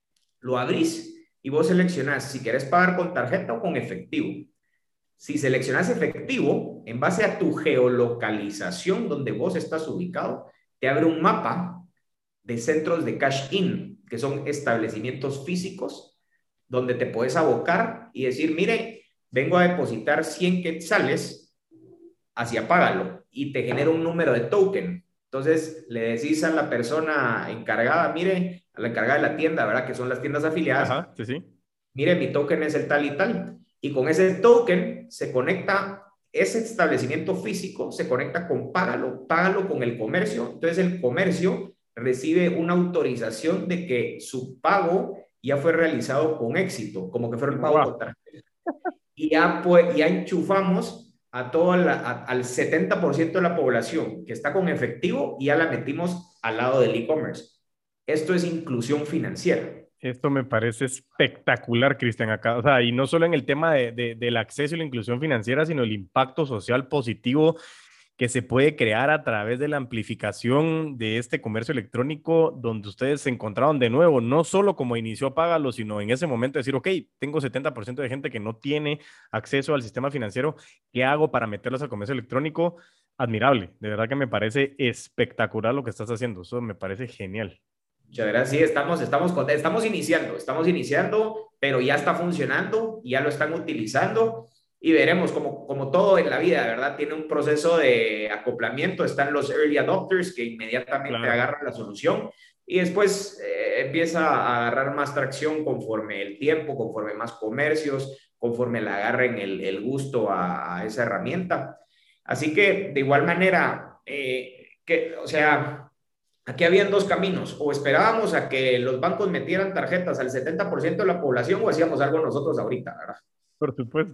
lo abrís y vos seleccionás si querés pagar con tarjeta o con efectivo. Si seleccionás efectivo, en base a tu geolocalización donde vos estás ubicado, te abre un mapa de centros de cash-in, que son establecimientos físicos donde te puedes abocar y decir, mire, vengo a depositar cien quetzales hacia Págalo y te genera un número de token. Entonces le decís a la persona encargada, mire, a la encargada de la tienda, ¿verdad? Que son las tiendas afiliadas. Ajá, sí, sí. Mire, mi token es el tal y tal. Y con ese token se conecta ese establecimiento físico, se conecta con Págalo, Págalo con el comercio. Entonces el comercio recibe una autorización de que su pago ya fue realizado con éxito, como que fuera el pago con tarjeta. Y ya, pues, ya enchufamos a todo la, a, al setenta por ciento de la población que está con efectivo y ya la metimos al lado del e-commerce. Esto es inclusión financiera. Esto me parece espectacular, Cristian, acá. O sea, y no solo en el tema de, de, del acceso y la inclusión financiera, sino el impacto social positivo que se puede crear a través de la amplificación de este comercio electrónico, donde ustedes se encontraron de nuevo, no solo como inició Págalo, sino en ese momento decir, ok, tengo setenta por ciento de gente que no tiene acceso al sistema financiero, ¿qué hago para meterlos al comercio electrónico? Admirable, de verdad que me parece espectacular lo que estás haciendo, eso me parece genial. Muchas gracias, sí, estamos, estamos, estamos iniciando, estamos iniciando, pero ya está funcionando, ya lo están utilizando. Y veremos, como, como todo en la vida, ¿verdad? Tiene un proceso de acoplamiento. Están los early adopters que inmediatamente claro. agarran la solución y después eh, empieza a agarrar más tracción conforme el tiempo, conforme más comercios, conforme le agarren el, el gusto a, a esa herramienta. Así que, de igual manera, eh, que, o sea, aquí habían dos caminos. O esperábamos a que los bancos metieran tarjetas al setenta por ciento de la población o hacíamos algo nosotros ahorita, ¿verdad? Por supuesto.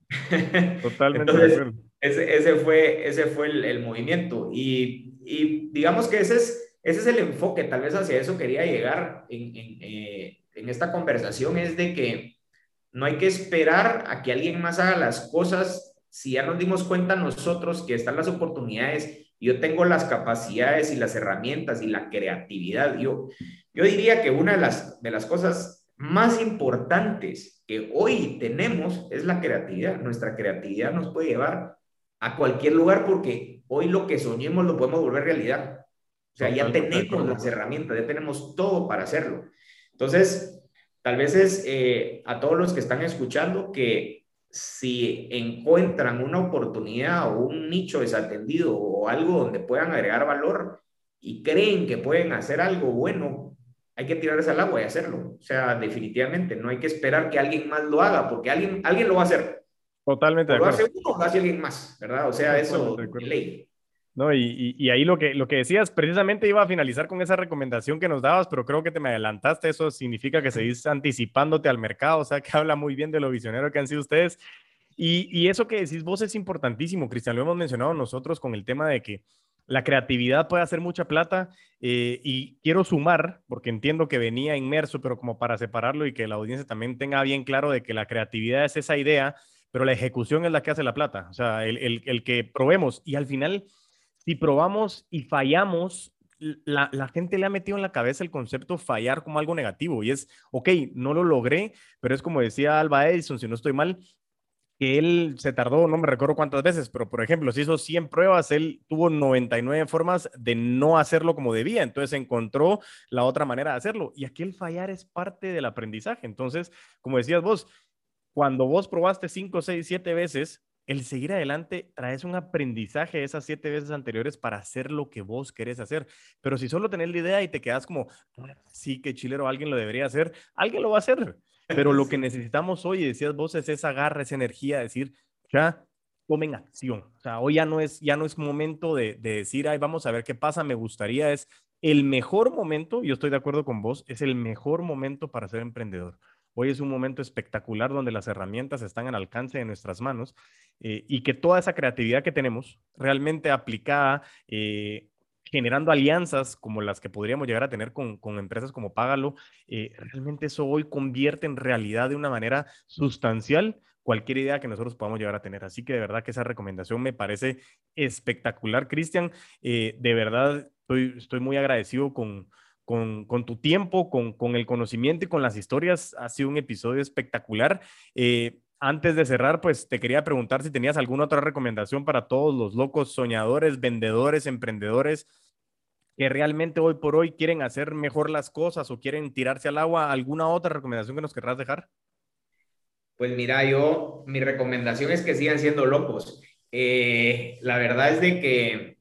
Totalmente de Entonces, acuerdo. ese, ese fue, ese fue el, el movimiento. Y, y digamos que ese es, ese es el enfoque, tal vez hacia eso quería llegar en, en, eh, en esta conversación, es de que no hay que esperar a que alguien más haga las cosas. Si ya nos dimos cuenta nosotros que están las oportunidades, yo tengo las capacidades y las herramientas y la creatividad. Yo, yo diría que una de las, de las cosas más importantes que hoy tenemos es la creatividad. Nuestra creatividad nos puede llevar a cualquier lugar porque hoy lo que soñemos lo podemos volver realidad. O sea, ya Totalmente de tenemos acuerdo. las herramientas, ya tenemos todo para hacerlo. Entonces, tal vez es eh, a todos los que están escuchando que si encuentran una oportunidad o un nicho desatendido o algo donde puedan agregar valor y creen que pueden hacer algo bueno, hay que tirarse al agua y hacerlo. O sea, definitivamente no hay que esperar que alguien más lo haga porque alguien, alguien lo va a hacer. Totalmente O de lo hace acuerdo. uno o lo hace alguien más, ¿verdad? O sea, Totalmente eso de de acuerdo. ley. No, y, y, y ahí lo que, lo que decías, precisamente iba a finalizar con esa recomendación que nos dabas, pero creo que te me adelantaste. Eso significa que seguís anticipándote al mercado, o sea, que habla muy bien de lo visioneros que han sido ustedes. Y, y eso que decís vos es importantísimo, Cristian, lo hemos mencionado nosotros con el tema de que la creatividad puede hacer mucha plata eh, y quiero sumar, porque entiendo que venía inmerso, pero como para separarlo y que la audiencia también tenga bien claro de que la creatividad es esa idea, pero la ejecución es la que hace la plata, o sea, el, el, el que probemos y al final, si probamos y fallamos, la, la, gente le ha metido en la cabeza el concepto fallar como algo negativo y es, ok, no lo logré, pero es como decía Alba Edison, si no estoy mal, que él se tardó, no me recuerdo cuántas veces, pero por ejemplo, si hizo cien pruebas, él tuvo noventa y nueve formas de no hacerlo como debía, entonces encontró la otra manera de hacerlo. Y aquí el fallar es parte del aprendizaje. Entonces, como decías vos, cuando vos probaste cinco, seis, siete veces, el seguir adelante traes un aprendizaje de esas siete veces anteriores para hacer lo que vos querés hacer. Pero si solo tenés la idea y te quedas como, sí, que chilero, alguien lo debería hacer, alguien lo va a hacer. Pero lo que Sí. necesitamos hoy, decías vos, es esa garra, esa energía, decir, ya, tomen acción. O sea, hoy ya no es, ya no es momento de, de decir, ay, vamos a ver qué pasa, me gustaría, es el mejor momento, yo estoy de acuerdo con vos, es el mejor momento para ser emprendedor. Hoy es un momento espectacular donde las herramientas están al alcance de nuestras manos eh, y que toda esa creatividad que tenemos realmente aplicada, eh, generando alianzas como las que podríamos llegar a tener con, con empresas como Págalo, eh, realmente eso hoy convierte en realidad de una manera sustancial cualquier idea que nosotros podamos llegar a tener. Así que de verdad que esa recomendación me parece espectacular, Cristian. Eh, de verdad estoy, estoy muy agradecido con, con, con tu tiempo, con, con el conocimiento y con las historias. Ha sido un episodio espectacular. Eh, antes de cerrar, pues te quería preguntar si tenías alguna otra recomendación para todos los locos soñadores, vendedores, emprendedores que realmente hoy por hoy quieren hacer mejor las cosas o quieren tirarse al agua. ¿Alguna otra recomendación que nos querrás dejar? Pues mira, yo, mi recomendación es que sigan siendo locos. Eh, la verdad es de que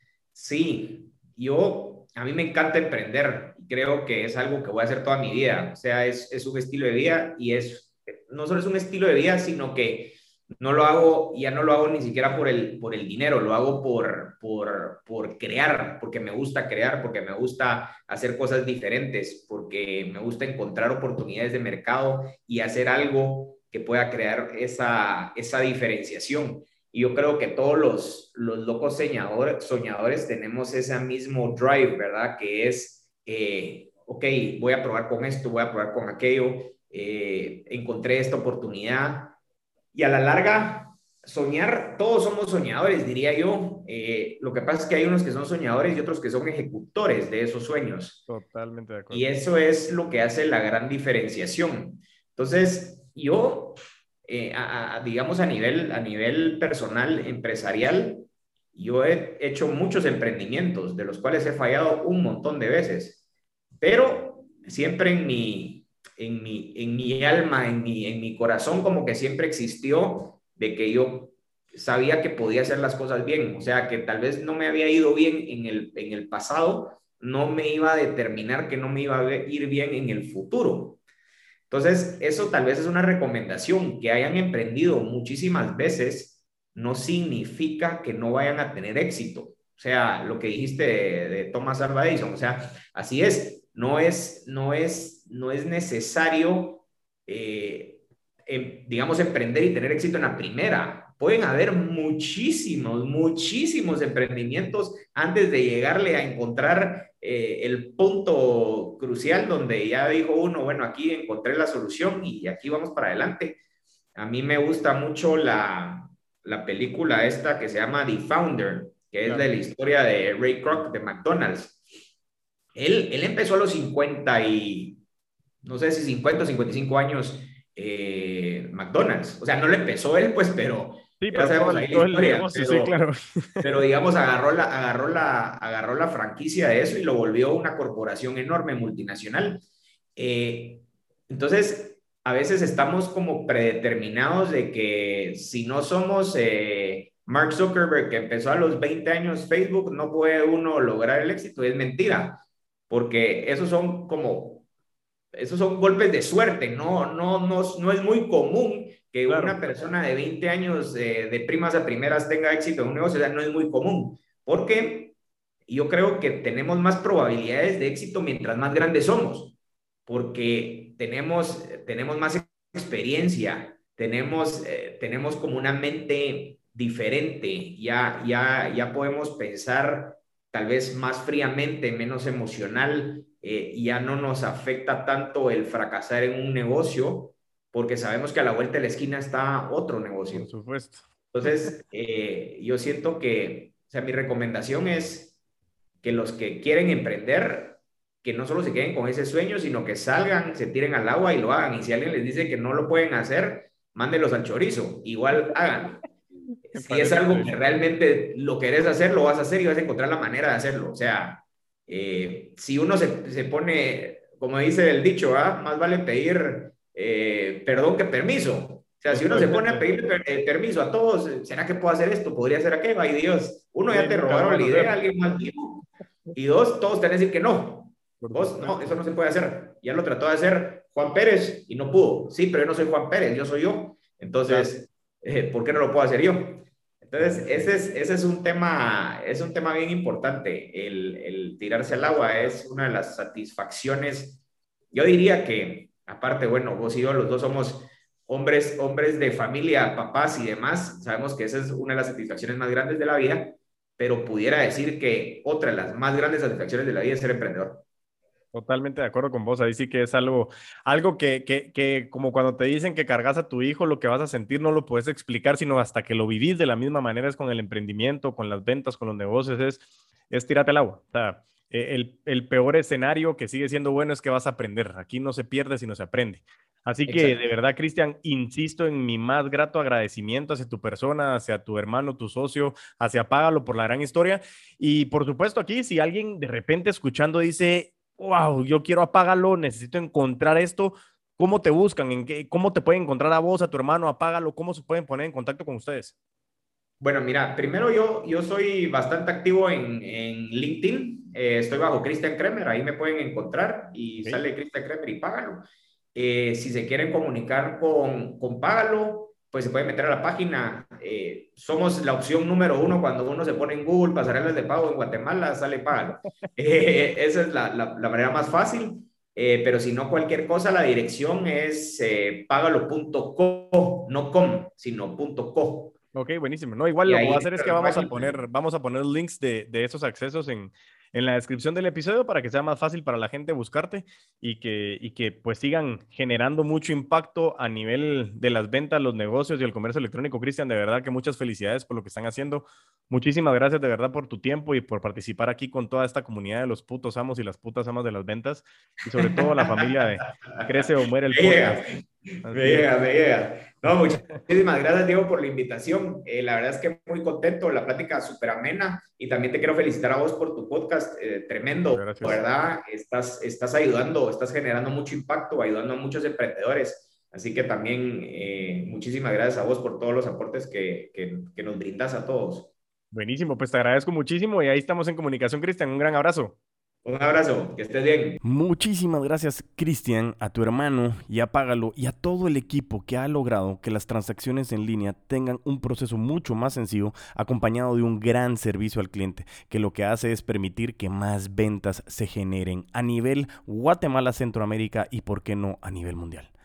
sí, yo, a mí me encanta emprender. Creo que es algo que voy a hacer toda mi vida. O sea, es, es un estilo de vida y es, no solo es un estilo de vida, sino que no lo hago, ya no lo hago ni siquiera por el, por el dinero, lo hago por, por, por crear, porque me gusta crear, porque me gusta hacer cosas diferentes, porque me gusta encontrar oportunidades de mercado y hacer algo que pueda crear esa, esa diferenciación. Y yo creo que todos los, los locos soñadores, soñadores tenemos ese mismo drive, ¿verdad? Que es, eh, ok, voy a probar con esto, voy a probar con aquello, eh, encontré esta oportunidad. Y a la larga, soñar, todos somos soñadores, diría yo. Eh, lo que pasa es que hay unos que son soñadores y otros que son ejecutores de esos sueños. Totalmente de Y acuerdo. eso es lo que hace la gran diferenciación. Entonces, yo, eh, a, a, digamos, a nivel, a nivel personal, empresarial, yo he hecho muchos emprendimientos, de los cuales he fallado un montón de veces, pero siempre en mi, en mi, en mi alma, en mi, en mi corazón, como que siempre existió de que yo sabía que podía hacer las cosas bien, o sea, que tal vez no me había ido bien en el, en el pasado, no me iba a determinar que no me iba a ir bien en el futuro. Entonces, eso tal vez es una recomendación, que hayan emprendido muchísimas veces no significa que no vayan a tener éxito. O sea, lo que dijiste de, de Thomas Alva Edison, o sea, así es, no es, no es, no es necesario eh, eh, digamos, emprender y tener éxito en la primera. Pueden haber muchísimos, muchísimos emprendimientos antes de llegarle a encontrar eh, el punto crucial donde ya dijo uno, bueno, aquí encontré la solución y aquí vamos para adelante. A mí me gusta mucho la, la película esta que se llama The Founder, que es claro. de la historia de Ray Kroc de McDonald's. Él, él empezó a los cincuenta y, no sé si cincuenta o cincuenta y cinco años eh, McDonald's. O sea, no lo empezó él, pues, pero... Sí, pero sabemos ahí la historia, negocio, pero, sí, claro. pero digamos, agarró la, agarró, la, agarró la franquicia de eso y lo volvió una corporación enorme, multinacional. Eh, entonces, a veces estamos como predeterminados de que si no somos eh, Mark Zuckerberg, que empezó a los veinte años Facebook, no puede uno lograr el éxito. Es mentira, porque esos son como, esos son golpes de suerte, no, no, no, no es muy común que claro. una persona de veinte años eh, de primas a primeras tenga éxito en un negocio. O sea, no es muy común, porque yo creo que tenemos más probabilidades de éxito mientras más grandes somos, porque tenemos, tenemos más experiencia, tenemos, eh, tenemos como una mente diferente, ya, ya, ya podemos pensar tal vez más fríamente, menos emocional, eh, y ya no nos afecta tanto el fracasar en un negocio, porque sabemos que a la vuelta de la esquina está otro negocio. Por supuesto. Entonces, eh, yo siento que, o sea, mi recomendación es que los que quieren emprender, que no solo se queden con ese sueño, sino que salgan, se tiren al agua y lo hagan. Y si alguien les dice que no lo pueden hacer, mándenlos al chorizo, igual háganlo. Si es algo que realmente lo querés hacer, lo vas a hacer y vas a encontrar la manera de hacerlo. O sea, eh, si uno se, se pone, como dice el dicho, ¿ah? Más vale pedir eh, perdón que permiso. O sea, si uno se pone a pedir per, eh, permiso a todos, ¿será que puedo hacer esto? ¿Podría hacer aquello? Ay, Dios. Uno, ya te robaron la idea, alguien más dijo. Y dos, todos te van a decir que no. Vos, no, eso no se puede hacer. Ya lo trató de hacer Juan Pérez y no pudo. Sí, pero yo no soy Juan Pérez, yo soy yo. Entonces, eh, ¿por qué no lo puedo hacer yo? Entonces, ese es, ese es, un, tema, es un tema bien importante. El, el tirarse al agua es una de las satisfacciones. Yo diría que, aparte, bueno, vos y yo, los dos somos hombres, hombres de familia, papás y demás. Sabemos que esa es una de las satisfacciones más grandes de la vida, pero pudiera decir que otra de las más grandes satisfacciones de la vida es ser emprendedor. Totalmente de acuerdo con vos, ahí sí que es algo, algo que, que, que como cuando te dicen que cargas a tu hijo, lo que vas a sentir no lo puedes explicar, sino hasta que lo vivís de la misma manera. Es con el emprendimiento, con las ventas, con los negocios, es, es tirarte al agua. O sea, el, el peor escenario que sigue siendo bueno es que vas a aprender. Aquí no se pierde, sino se aprende. Así que Exacto. de verdad, Cristian, insisto en mi más grato agradecimiento hacia tu persona, hacia tu hermano, tu socio, hacia Págalo por la gran historia. Y por supuesto aquí, si alguien de repente escuchando dice, wow, yo quiero apágalo, necesito encontrar esto, ¿cómo te buscan? ¿En qué, ¿Cómo te pueden encontrar a vos, a tu hermano, apágalo? ¿Cómo se pueden poner en contacto con ustedes? Bueno, mira, primero yo, yo soy bastante activo en, en LinkedIn, eh, estoy bajo Christian Kremer, ahí me pueden encontrar y sí. sale Christian Kremer y Págalo. Eh, si se quieren comunicar con, con Págalo, pues se pueden meter a la página. Eh, somos la opción número uno cuando uno se pone en Google, pasarelas de pago en Guatemala, sale Págalo. Eh, esa es la, la, la manera más fácil, eh, pero si no cualquier cosa, la dirección es eh, págalo punto co, no com, sino .co. Ok, buenísimo. No, igual y lo que voy a hacer es que vamos a poner, vamos a poner links de, de esos accesos en, en la descripción del episodio para que sea más fácil para la gente buscarte y que, y que pues sigan generando mucho impacto a nivel de las ventas, los negocios y el comercio electrónico. Cristian, de verdad que muchas felicidades por lo que están haciendo. Muchísimas gracias de verdad por tu tiempo y por participar aquí con toda esta comunidad de los putos amos y las putas amas de las ventas y sobre todo la familia de Crece o Muere el podcast. Me llega, me llega. No, muchísimas gracias, Diego, por la invitación. Eh, la verdad es que muy contento, la plática súper amena y también te quiero felicitar a vos por tu podcast, eh, tremendo, gracias. ¿Verdad? Estás, estás ayudando, estás generando mucho impacto, ayudando a muchos emprendedores. Así que también eh, muchísimas gracias a vos por todos los aportes que, que, que nos brindas a todos. Buenísimo, pues te agradezco muchísimo y ahí estamos en comunicación, Cristian. Un gran abrazo. Un abrazo, que estés bien. Muchísimas gracias, Cristian, a tu hermano y a Págalo y a todo el equipo que ha logrado que las transacciones en línea tengan un proceso mucho más sencillo, acompañado de un gran servicio al cliente, que lo que hace es permitir que más ventas se generen a nivel Guatemala, Centroamérica y, por qué no, a nivel mundial.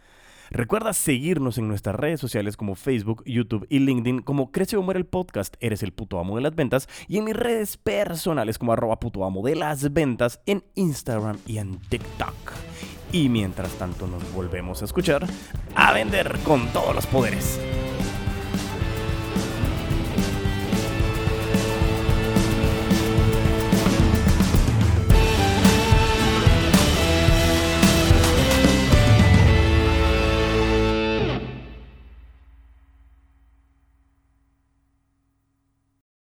Recuerda seguirnos en nuestras redes sociales como Facebook, YouTube y LinkedIn como Crece o Muere el Podcast, Eres el Puto Amo de las Ventas, y en mis redes personales como arroba puto amo de las ventas en Instagram y en TikTok. Y mientras tanto nos volvemos a escuchar, a vender con todos los poderes.